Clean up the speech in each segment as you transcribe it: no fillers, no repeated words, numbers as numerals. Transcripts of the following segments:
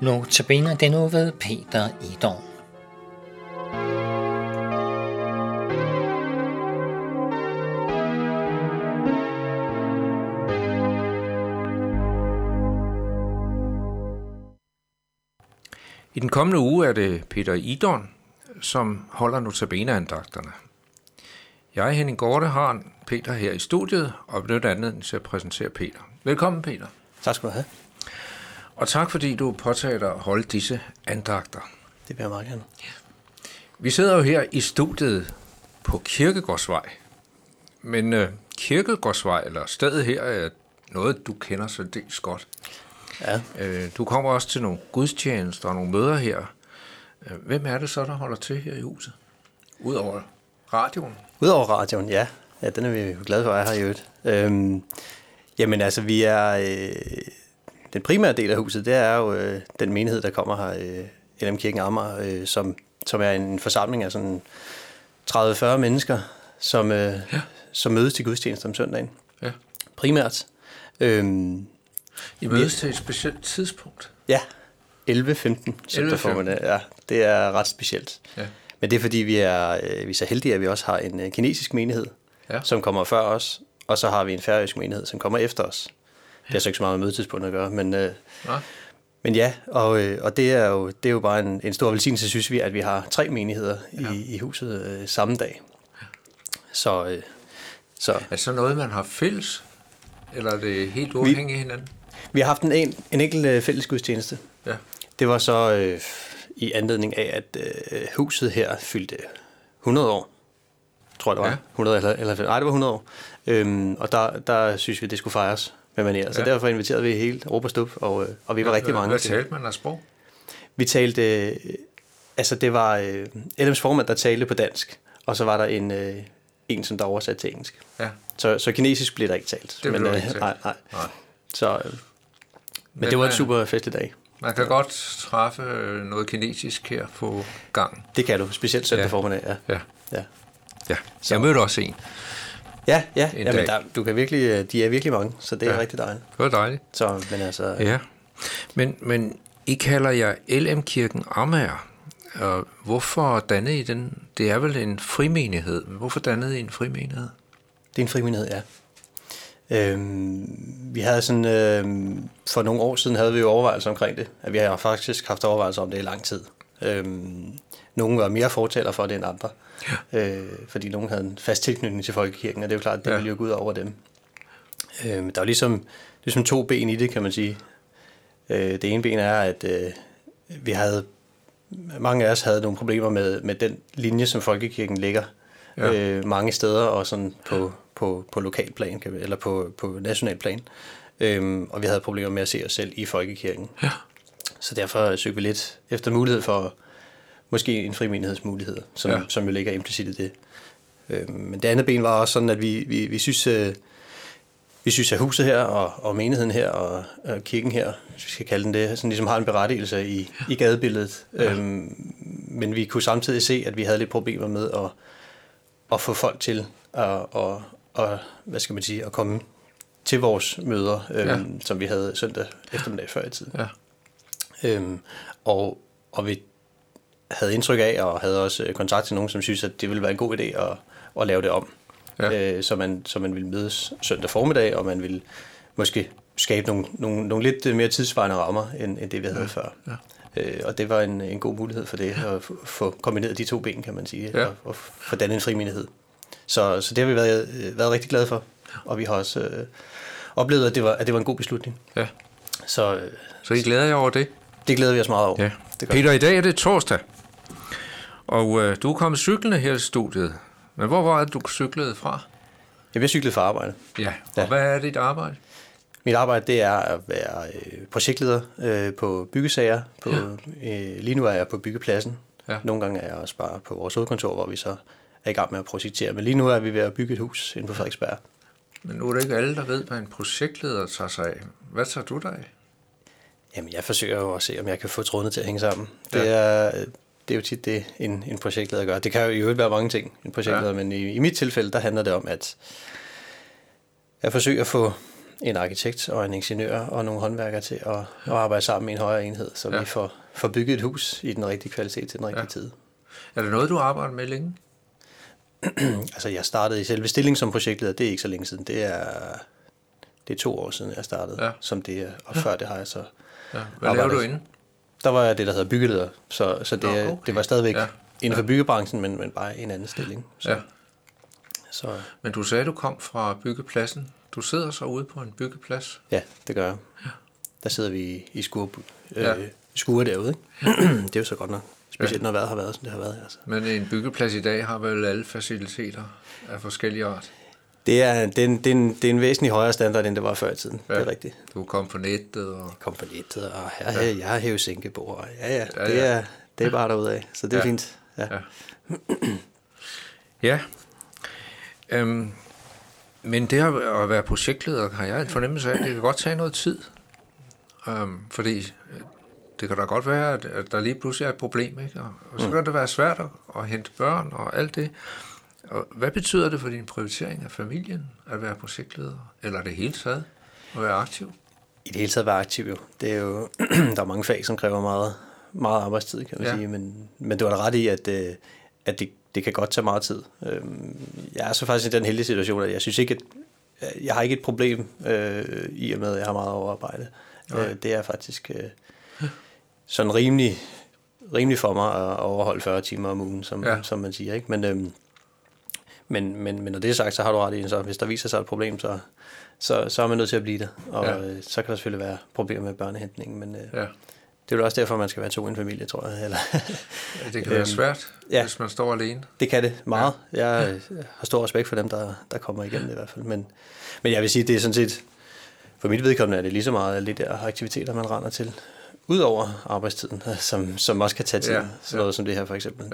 Notabene den nu ved Peter Idon. I den kommende uge er det Peter Idon, som holder notabene-andagterne. Jeg, Henning Gorte, har Peter her i studiet, og benytter anledningen til at præsentere Peter. Velkommen, Peter. Tak skal du have. Og tak, fordi du påtager dig at holde disse andagter. Det vil jeg meget gerne. Vi sidder jo her i studiet på Kirkegårdsvej. Men Kirkegårdsvej, eller stedet her, er noget, du kender så dels godt. Ja. Du kommer også til nogle gudstjenester og nogle møder her. Hvem er det så, der holder til her i huset? Udover radioen? Udover radioen, ja. Ja, den er vi jo glade for at have her i øvrigt. Jamen altså, vi er... den primære del af huset, det er jo den menighed, der kommer her, LM Kirken Amager, som er en forsamling af sådan 30-40 mennesker, som mødes til gudstjenester om søndagen. Ja. Primært. I mødes til et specielt tidspunkt? Ja, 11.15 søndag formiddag. Ja, det er ret specielt. Ja. Men det er fordi, vi er så heldige, at vi også har en kinesisk menighed, som kommer før os, og så har vi en færøsk menighed, som kommer efter os. Det har så ikke så meget med mødetidspunkt at gøre, men ja, og det er jo bare en stor velsignelse, synes vi, at vi har 3 menigheder i huset samme dag. Så. Er det så noget, man har fælles, eller er det helt uafhængigt af hinanden? Vi har haft en enkelt fælles gudstjeneste. Ja. Det var så i anledning af, at huset her fyldte 100 år, tror jeg det var. Ja. 100 eller det var 100 år. Og der synes vi, det skulle fejres med manér. Så derfor inviterede vi helt råb og stup, og vi var rigtig mange. Hvad talte man af sprog? Vi talte, det var LM's formand, der talte på dansk, og så var der en som der oversatte til engelsk. Ja. Så kinesisk blev der ikke talt. Det blev ikke talt. Nej. Så, men det var en super festlig dag. Man kan godt træffe noget kinesisk her på gang. Det kan du, specielt søndag formiddag. Ja. Jeg mødte også en. Ja, men du kan virkelig, de er virkelig mange, så det er rigtig dejligt. Det var dejligt. Så, men altså... Ja, men I kalder jer LM Kirken Amager. Og hvorfor dannede I den? Det er vel en frimenighed, men hvorfor dannede I en frimenighed? Det er en frimenighed, ja. Vi havde sådan, for nogle år siden havde vi jo overvejelser omkring det, at vi har faktisk haft overvejelser om det i lang tid. Nogle var mere fortaler for det end andre, fordi nogle havde en fast tilknytning til folkekirken, og det er jo klart, at det ville jo gå ud over dem. Der var ligesom 2 ben i det, kan man sige. Det ene ben er, at mange af os havde nogle problemer med den linje, som folkekirken ligger mange steder, og sådan på lokalplan, eller på national plan. Og vi havde problemer med at se os selv i folkekirken. Ja. Så derfor søgte vi lidt efter mulighed for måske en frimenighedsmulighed, som jo ligger implicit i det. Men det andet ben var også sådan, at vi synes, at huset her og menigheden her og kirken her, hvis vi skal kalde den det, sådan ligesom har en berettigelse i gadebilledet. Ja. Men vi kunne samtidig se, at vi havde lidt problemer med at få folk til at komme til vores møder, som vi havde søndag eftermiddag før i tiden. Ja. Og vi havde indtryk af, og havde også kontakt til nogen, som synes, at det ville være en god idé at lave det om. Ja. Så man ville mødes søndag formiddag, og man ville måske skabe nogle lidt mere tidsvarende rammer, end det vi havde før. Ja. Og det var en god mulighed for det, at få kombineret de 2 ben, kan man sige, og få dannet en frimenighed. Så det har vi været rigtig glade for, og vi har også oplevet, at det var en god beslutning. Ja. Så I glæder jer over det? Det glæder vi os meget over. Ja. Peter, i dag er det torsdag, og du er kommet cyklende her i studiet. Men hvor var det, du cyklede fra? Jeg cyklede fra arbejde. Ja, og hvad er dit arbejde? Mit arbejde, det er at være projektleder på byggesager. Lige nu er jeg på byggepladsen. Ja. Nogle gange er jeg også bare på vores hovedkontor, hvor vi så er i gang med at projektere. Men lige nu er vi ved at bygge et hus inde på Frederiksberg. Men nu er det ikke alle, der ved, hvad en projektleder tager sig af. Hvad tager du dig af? Jamen, jeg forsøger jo at se, om jeg kan få trådene til at hænge sammen. Det er jo tit det, en projektleder gør. Det kan jo i øvrigt være mange ting, en projektleder, men i mit tilfælde, der handler det om, at jeg forsøger at få en arkitekt og en ingeniør og nogle håndværkere til at arbejde sammen i en højere enhed, så vi får bygget et hus i den rigtige kvalitet til den rigtige tid. Er det noget, du arbejder med længe? Altså, jeg startede i selve stillingen som projektleder, det er ikke så længe siden. Det er 2 år siden, jeg startede som det, og før det har jeg så... Ja. Hvad laver du inde? Der var jeg det, der hedder byggeleder, så det var stadigvæk inden for byggebranchen, men bare en anden stilling. Så. Ja. Så. Men du sagde, du kom fra byggepladsen. Du sidder så ude på en byggeplads? Ja, det gør jeg. Ja. Der sidder vi i skure derude, ikke? Det er jo så godt nok. Specielt når vejret har været, som det har været. Altså. Men en byggeplads i dag har vel alle faciliteter af forskellige art? Det er en væsentlig højere standard, end det var før i tiden. Det er rigtigt. Du kom på nettet og... Kom på nettet, og jeg har hævet sænkebord. Det er bare derudad, så det er fint. Ja. Men det at være projektleder, har jeg en fornemmelse af, at det kan godt tage noget tid. Fordi det kan da godt være, at der lige pludselig er et problem, ikke? Og så kan det være svært at hente børn og alt det. Og hvad betyder det for din prioritering af familien at være projektleder? Eller det hele taget at være aktiv? I det hele taget være aktiv jo. Det er jo der er mange fag, som kræver meget arbejdstid, kan man sige. Men du har da ret i, at det kan godt tage meget tid. Jeg er så faktisk i den heldige situation, at jeg synes ikke, at jeg har ikke et problem i og med, at jeg har meget overarbejde. Det er faktisk sådan rimelig for mig at overholde 40 timer om ugen, som man siger, ikke? Men når det er sagt, så har du ret i, så hvis der viser sig et problem, så er man nødt til at blive der. Og så kan der selvfølgelig være problemer med børnehentningen, men det er jo også derfor, man skal være 2 i en familie, tror jeg. Eller det kan være svært, hvis man står alene. Det kan det meget. Jeg har stor respekt for dem, der kommer igennem det i hvert fald. Men jeg vil sige, det er sådan set, for mit vedkommende er det lige så meget alle de der aktiviteter, man render til, ud over arbejdstiden, som også kan tage tid. Sådan noget som det her for eksempel.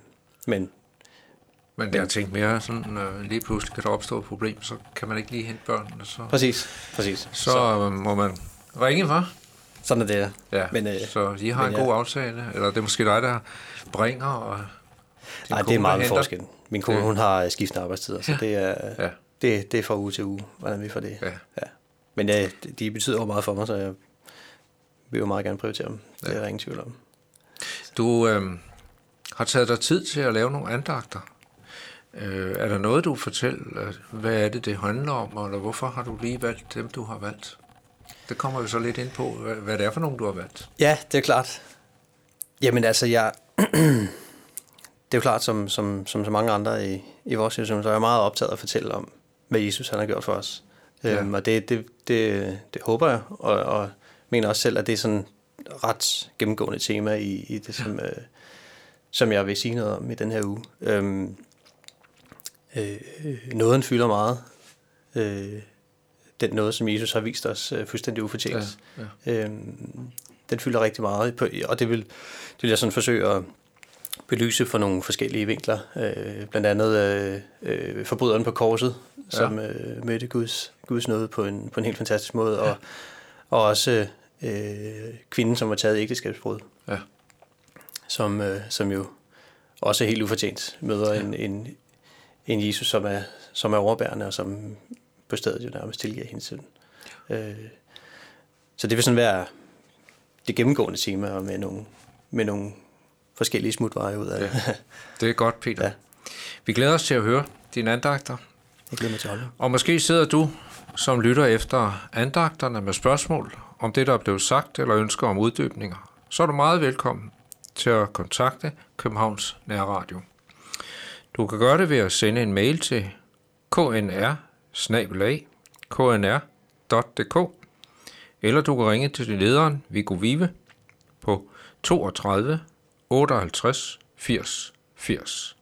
Men jeg har tænkt mere sådan, lige pludselig kan der opstå et problem, så kan man ikke lige hente børnene. Så, præcis. Så må man ringe, hva'? Sådan er det, ja. Så I har en god aftale, eller det er måske dig, der bringer? Og nej, det er meget forskel. Min kone, hun har skiftende arbejdstider, så det er fra uge til uge, hvordan vi får det. Ja. Men de betyder jo meget for mig, så jeg vil jo meget gerne prioritere dem. Det er der ingen tvivl om. Du har taget dig tid til at lave nogle andagter. Er der noget, du fortæller? Hvad er det handler om, eller hvorfor har du lige valgt dem, du har valgt? Det kommer jo så lidt ind på, hvad det er for nogen, du har valgt. Ja, det er klart. Jamen altså, det er jo klart, som så mange andre i vores situation, så er jeg meget optaget at fortælle om, hvad Jesus han har gjort for os. Og det håber jeg, og mener også selv, at det er sådan ret gennemgående tema i det, som jeg vil sige noget om i den her uge. Nåden fylder meget. Den noget, som Jesus har vist os fuldstændig ufortjent. Den fylder rigtig meget, og det vil jeg sådan forsøge at belyse fra nogle forskellige vinkler. Blandt andet forbryderen på korset, som mødte Guds nåde på en helt fantastisk måde, og også kvinden, som var taget i ægteskabsbrud, som jo også helt ufortjent møder en Jesus, som er overbærende, og som på stedet jo nærmest tilgiver hendes synd. Så det vil sådan være det gennemgående tema, og med nogle forskellige smutveje ud af det. Det er godt, Peter. Ja. Vi glæder os til at høre dine andagter. Jeg glæder mig til at holde. Og måske sidder du, som lytter efter andagterne med spørgsmål om det, der er blevet sagt, eller ønsker om uddybninger. Så er du meget velkommen til at kontakte Københavns Nærradio. Du kan gøre det ved at sende en mail til knr@knr.dk, eller du kan ringe til lederen Viggo Vive på 32 58 80 80.